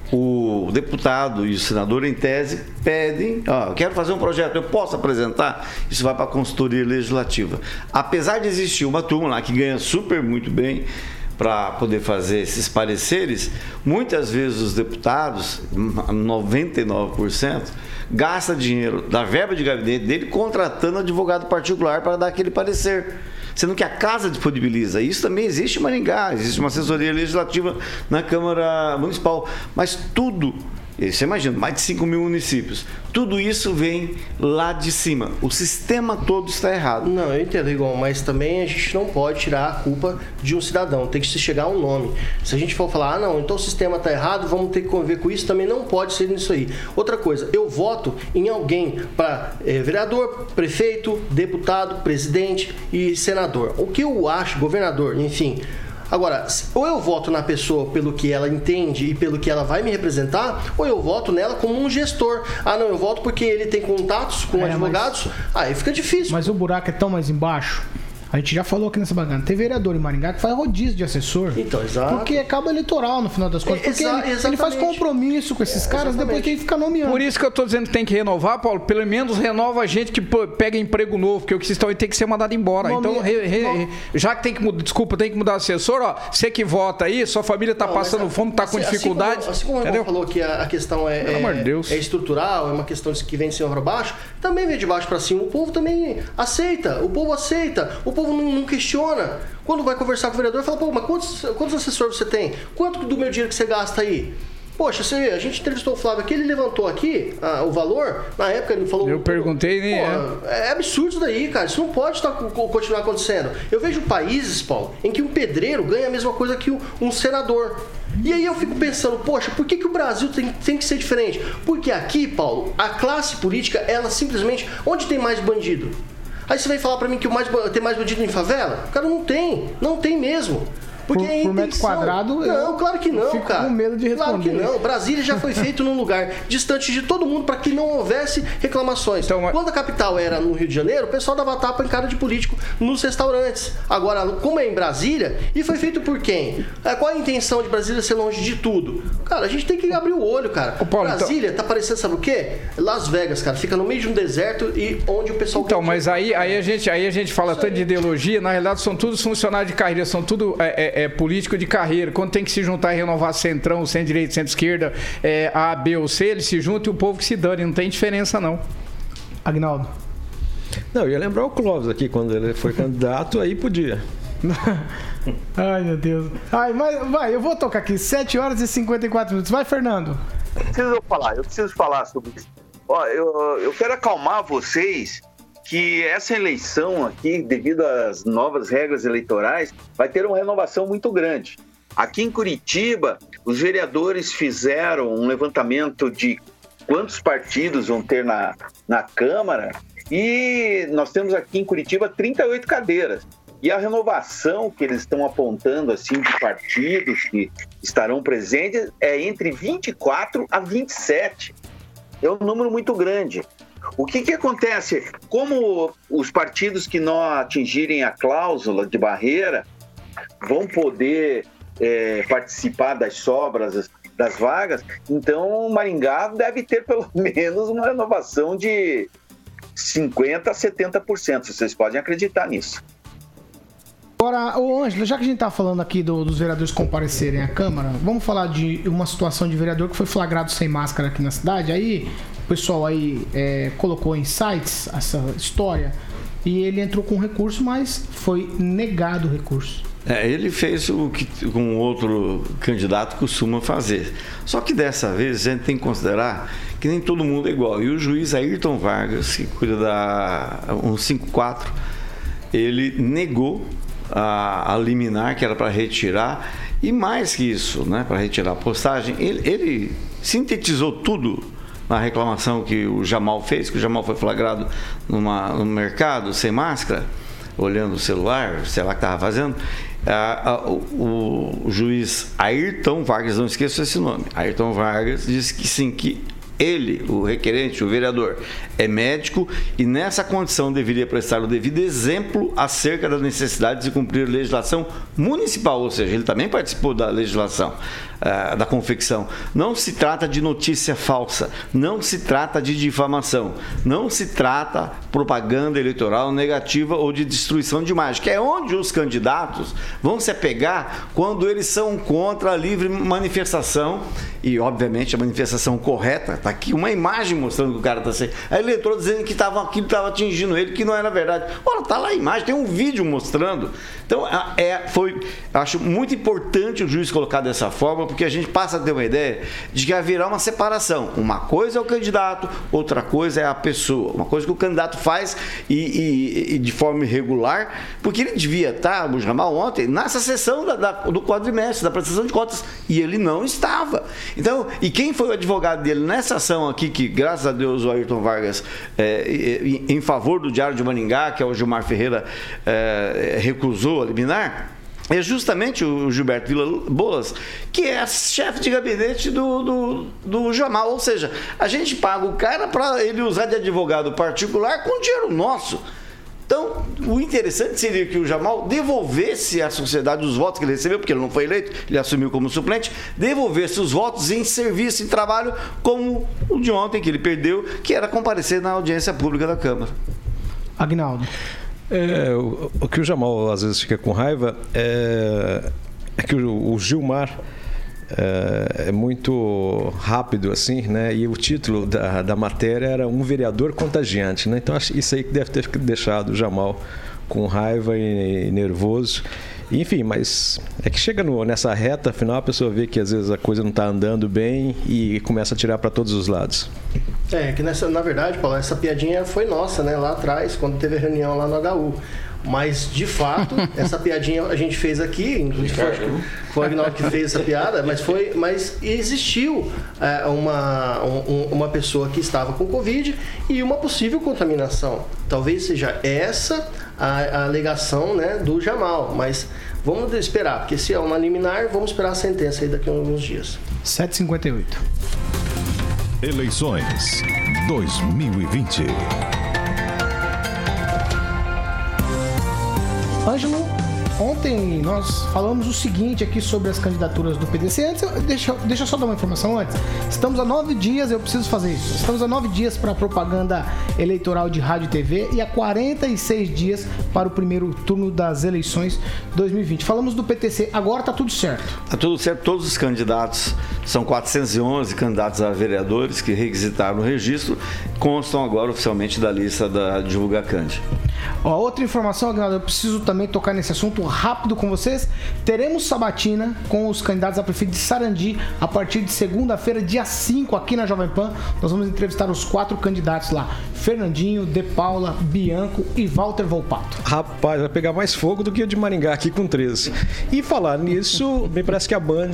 O deputado e o senador, em tese, pedem, ó, eu quero fazer um projeto, eu posso apresentar? Isso vai para a consultoria legislativa. Apesar de existir uma turma lá que ganha super muito bem para poder fazer esses pareceres, muitas vezes os deputados, noventa e nove por cento, gasta dinheiro da verba de gabinete dele contratando advogado particular para dar aquele parecer. Sendo que a casa disponibiliza. Isso também existe em Maringá, existe uma assessoria legislativa na Câmara Municipal. Mas tudo, você imagina, mais de cinco mil municípios, tudo isso vem lá de cima. O sistema todo está errado. Não, eu entendo, Igor, mas também a gente não pode tirar a culpa de um cidadão. Tem que se chegar a um nome. Se a gente for falar, ah, não, então o sistema está errado, vamos ter que conviver com isso, também não pode ser nisso aí. Outra coisa, eu voto em alguém para é, vereador, prefeito, deputado, presidente e senador. O que eu acho, governador, enfim... Agora, ou eu voto na pessoa pelo que ela entende e pelo que ela vai me representar, ou eu voto nela como um gestor. Ah, não, eu voto porque ele tem contatos com é, advogados. Mas, aí fica difícil. Mas o buraco é tão mais embaixo. A gente já falou aqui nessa bancada. Tem vereador em Maringá que faz rodízio de assessor. Então, exato. Porque é cabo eleitoral, no final das contas. Porque Exa- ele, ele faz compromisso com esses é, caras, exatamente. depois tem que ficar nomeando. Por isso que eu tô dizendo que tem que renovar, Paulo. Pelo menos renova a gente que pega emprego novo, porque o que vocês estão aí tem que ser mandado embora. Nome... Então, re, re, já que tem que mudar, desculpa, tem que mudar o assessor, ó. Você que vota aí, sua família tá não, passando fome, tá com assim, dificuldade. Assim como, assim como o irmão falou que a, a questão é, é, Deus. é estrutural, é uma questão que vem de cima para baixo, também vem de baixo para cima. O povo também aceita, o povo aceita, o povo não, não questiona. Quando vai conversar com o vereador, fala, pô, mas quantos, quantos assessores você tem? Quanto do meu dinheiro que você gasta aí? Poxa, você, a gente entrevistou o Flávio aqui, ele levantou aqui ah, o valor, na época ele falou... Eu perguntei, nem é. É absurdo isso daí, cara, isso não pode tá, continuar acontecendo. Eu vejo países, Paulo, em que um pedreiro ganha a mesma coisa que um senador. E aí eu fico pensando, poxa, por que, que o Brasil tem, tem que ser diferente? Porque aqui, Paulo, a classe política, ela simplesmente... Onde tem mais bandido? Aí você vem falar pra mim que o mais, tem mais bandido em favela? Cara, não tem. Não tem mesmo. Porque por, por metro quadrado, não, claro que não, fico cara. com medo de responder. Claro que não. Brasília já foi feito num lugar distante de todo mundo para que não houvesse reclamações. Então, quando a capital era no Rio de Janeiro, o pessoal dava tapa em cara de político nos restaurantes. Agora, como é em Brasília, e foi feito por quem? Qual a intenção de Brasília ser longe de tudo? Cara, a gente tem que abrir o olho, cara. Ô, Paulo, Brasília então... tá parecendo, sabe o quê? Las Vegas, cara. Fica no meio de um deserto e onde o pessoal... Então, mas aí, aí, a gente, aí a gente fala tanto de ideologia, na realidade são todos funcionários de carreira, são tudo é, é, é, político de carreira. Quando tem que se juntar e renovar centrão, centro-direita, centro-esquerda, é, A, B ou C, eles se juntam e o povo que se dane. Não tem diferença, não. Agnaldo. Não, eu ia lembrar o Clóvis aqui, quando ele foi candidato, aí podia. Ai, meu Deus. Ai, mas vai, eu vou tocar aqui, sete horas e cinquenta e quatro minutos. Vai, Fernando. Eu preciso falar, eu preciso falar sobre isso. Ó, eu, eu quero acalmar vocês que essa eleição aqui, devido às novas regras eleitorais, vai ter uma renovação muito grande. Aqui em Curitiba, os vereadores fizeram um levantamento de quantos partidos vão ter na, na Câmara e nós temos aqui em Curitiba trinta e oito cadeiras. E a renovação que eles estão apontando assim, de partidos que estarão presentes é entre vinte e quatro a vinte e sete. É um número muito grande. O que, que acontece? Como os partidos que não atingirem a cláusula de barreira vão poder é, participar das sobras das vagas, então Maringá deve ter pelo menos uma renovação de cinquenta por cento a setenta por cento. Vocês podem acreditar nisso. Agora, ô Ângelo, já que a gente tá falando aqui do, dos vereadores comparecerem à Câmara, vamos falar de uma situação de vereador que foi flagrado sem máscara aqui na cidade. Aí o pessoal aí é, colocou em sites essa história e ele entrou com recurso, mas foi negado o recurso. É, ele fez o que um outro candidato costuma fazer. Só que dessa vez a gente tem que considerar que nem todo mundo é igual. E o juiz Ayrton Vargas, que cuida da cento e cinquenta e quatro, ele negou a, a liminar que era para retirar, e mais que isso, né, para retirar a postagem, ele, ele sintetizou tudo na reclamação que o Jamal fez, que o Jamal foi flagrado numa, no mercado sem máscara, olhando o celular, sei lá o que estava fazendo. Ah, ah, o, o juiz Ayrton Vargas, não esqueça esse nome, Ayrton Vargas disse que sim, que ele, o requerente, o vereador, é médico e nessa condição deveria prestar o devido exemplo acerca da necessidade de cumprir legislação municipal, ou seja, ele também participou da legislação, uh, da confecção. Não se trata de notícia falsa, não se trata de difamação, não se trata propaganda eleitoral negativa ou de destruição de imagem, que é onde os candidatos vão se apegar quando eles são contra a livre manifestação e, obviamente, a manifestação correta. Está aqui uma imagem mostrando que o cara está sem. Aí ele entrou dizendo que tava, aquilo estava atingindo ele, que não era verdade. Ora, está lá a imagem, tem um vídeo mostrando. Então, é, foi, acho muito importante o juiz colocar dessa forma, porque a gente passa a ter uma ideia de que haverá uma separação. Uma coisa é o candidato, outra coisa é a pessoa. Uma coisa que o candidato faz e, e, e de forma irregular, porque ele devia estar, o Jamal, ontem, nessa sessão da, da, do quadrimestre, da prestação de contas, e ele não estava. Então, e quem foi o advogado dele nessa ação aqui, que graças a Deus o Ayrton Vargas, é, em, em favor do Diário de Maringá, que é o Gilmar Ferreira, é, recusou a liminar, é justamente o Gilberto Vilas-Boas, que é chefe de gabinete do, do, do Jamal. Ou seja, a gente paga o cara para ele usar de advogado particular com dinheiro nosso. Então, o interessante seria que o Jamal devolvesse à sociedade os votos que ele recebeu, porque ele não foi eleito, ele assumiu como suplente, devolvesse os votos em serviço, em trabalho, como o de ontem, que ele perdeu, que era comparecer na audiência pública da Câmara. Agnaldo. É, o, o que o Jamal às vezes fica com raiva é, é que o, o Gilmar é, é muito rápido assim, né? E o título da, da matéria era Um Vereador Contagiante, né? Então acho isso aí que deve ter deixado o Jamal com raiva e, e nervoso. Enfim, mas é que chega no, nessa reta final, a pessoa vê que às vezes a coisa não está andando bem e começa a tirar para todos os lados. É, que nessa, na verdade, Paulo, essa piadinha foi nossa, né? Lá atrás, quando teve a reunião lá no H U. Mas, de fato, essa piadinha a gente fez aqui, inclusive foi, foi o Agnaldo que fez essa piada, mas, foi, mas existiu é, uma, um, uma pessoa que estava com Covid e uma possível contaminação. Talvez seja essa a, a alegação, né, do Jamal, mas vamos esperar, porque se é uma liminar, vamos esperar a sentença aí daqui a alguns dias. sete e cinquenta e oito. Eleições dois mil e vinte. Ângelo, ontem nós falamos o seguinte aqui sobre as candidaturas do P D C. Antes, eu, deixa, deixa eu só dar uma informação antes. Estamos a nove dias, eu preciso fazer isso. Estamos a nove dias para a propaganda eleitoral de rádio e T V e a quarenta e seis dias para o primeiro turno das eleições dois mil e vinte. Falamos do P T C, agora tá tudo certo. Tá tudo certo, todos os candidatos, são quatrocentos e onze candidatos a vereadores que requisitaram o registro, constam agora oficialmente da lista da Divulgacand. Ó, outra informação, Agnaldo, eu preciso também tocar nesse assunto rápido com vocês. Teremos sabatina com os candidatos a prefeito de Sarandi a partir de segunda-feira, dia cinco, aqui na Jovem Pan. Nós vamos entrevistar os quatro candidatos lá: Fernandinho, De Paula, Bianco e Walter Volpato. Rapaz, vai pegar mais fogo do que o de Maringá aqui com treze. E falar nisso, me parece que a Band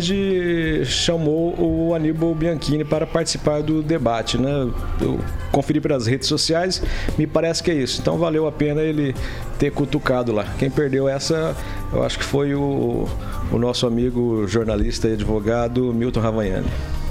chamou o Aníbal Bianchini para participar do debate, né? Eu conferi pelas redes sociais, me parece que é isso. Então valeu a pena ele ter cutucado lá. Quem perdeu essa, eu acho que foi o, o nosso amigo jornalista e advogado Milton Ravagnani.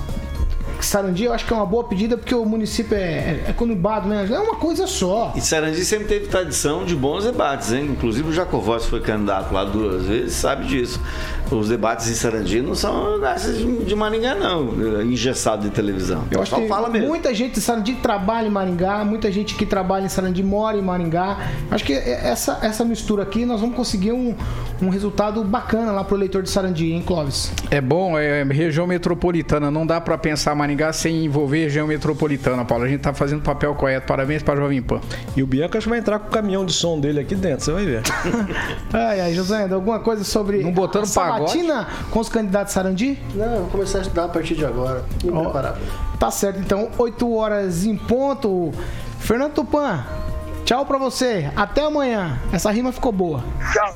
Sarandi, eu acho que é uma boa pedida porque o município é, é conurbado, né? É uma coisa só. E Sarandi sempre teve tradição de bons debates, hein? Inclusive o Jacovós foi candidato lá duas vezes, sabe disso. Os debates em Sarandi não são dessas de Maringá, não, engessado de televisão. Eu acho que fala mesmo. Muita gente de Sarandi trabalha em Maringá, muita gente que trabalha em Sarandi mora em Maringá. Acho que essa, essa mistura aqui, nós vamos conseguir um, um resultado bacana lá pro eleitor de Sarandi, hein, Clóvis? É bom, é região metropolitana, não dá para pensar Maringá sem envolver região metropolitana, Paulo. A gente tá fazendo o papel correto. Parabéns para Jovem Pan. E o Bianco acho que vai entrar com o caminhão de som dele aqui dentro, você vai ver. Ai, ai, José, alguma coisa sobre não botando sabatina com os candidatos Sarandi? Não, eu vou começar a estudar a partir de agora. Me oh, preparar. Tá certo, então, oito horas em ponto. Fernando Tupan, tchau pra você. Até amanhã. Essa rima ficou boa. Tchau.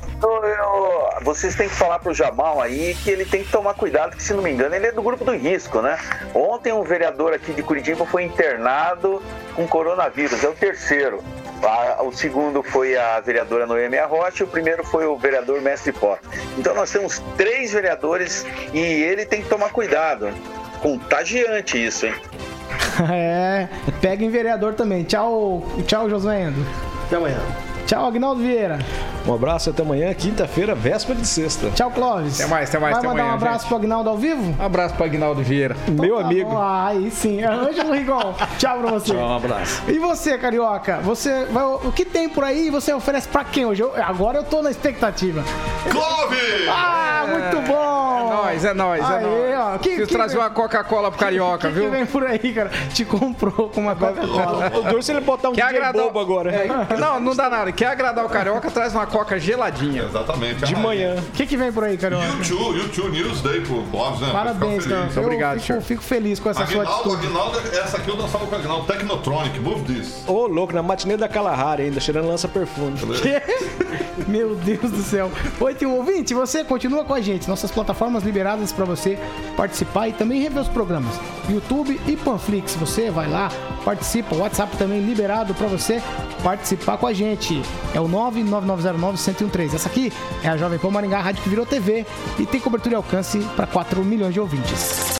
Eu, vocês têm que falar pro Jamal aí que ele tem que tomar cuidado, que se não me engano ele é do grupo do risco, né? Ontem um vereador aqui de Curitiba foi internado com coronavírus, é o terceiro. A, o segundo foi a vereadora Noemi Arrocha e o primeiro foi o vereador Mestre Pó. Então nós temos três vereadores e ele tem que tomar cuidado. Contagiante isso, hein? É, pega em vereador também. Tchau, tchau, Josué Endo. Até amanhã. Tchau, Agnaldo Vieira. Um abraço, até amanhã, quinta-feira, véspera de sexta. Tchau, Clóvis. Até mais, até mais, Vai até mandar amanhã, um abraço gente. pro Agnaldo ao vivo? Um abraço pro Agnaldo Vieira. Então, meu tá amigo. Bom. Ah, aí sim. Ângelo Rigon. Tchau pra você. Tchau, um abraço. E você, Carioca? Você vai, o que tem por aí você oferece pra quem hoje? Eu, agora eu tô na expectativa. Clóvis! Ah, muito bom! É nóis, é nóis, é Aí, nóis. ó. Que, Preciso que trazer vem, uma Coca-Cola pro Carioca, que, viu? que vem por aí, cara? Te comprou com uma Coca-Cola. O duro se ele botar um Quer D J agradar bobo agora. É, não, não dá nada. Quer agradar o Carioca, traz uma Coca geladinha. Exatamente. De manhã. O que, que vem por aí, Carioca? YouTube, YouTube News Day pro Clóvis, né? Parabéns, cara. Eu Obrigado, fico, fico feliz com essa Aguinaldo, sua atitude. Aguinaldo, essa aqui eu dançava com o Aguinaldo. Technotronic, move this. Ô, louco, na matinê da Kalahari ainda, cheirando lança-perfume. Meu Deus do céu. oito e um ouvinte, você continua com a gente. Nossas plataformas liberadas para você participar e também rever os programas. YouTube e Panflix. Você vai lá, participa. O WhatsApp também liberado para você participar com a gente. É o nove nove nove zero nove um zero um três. Essa aqui é a Jovem Pan Maringá, a rádio que virou T V e tem cobertura e alcance para quatro milhões de ouvintes.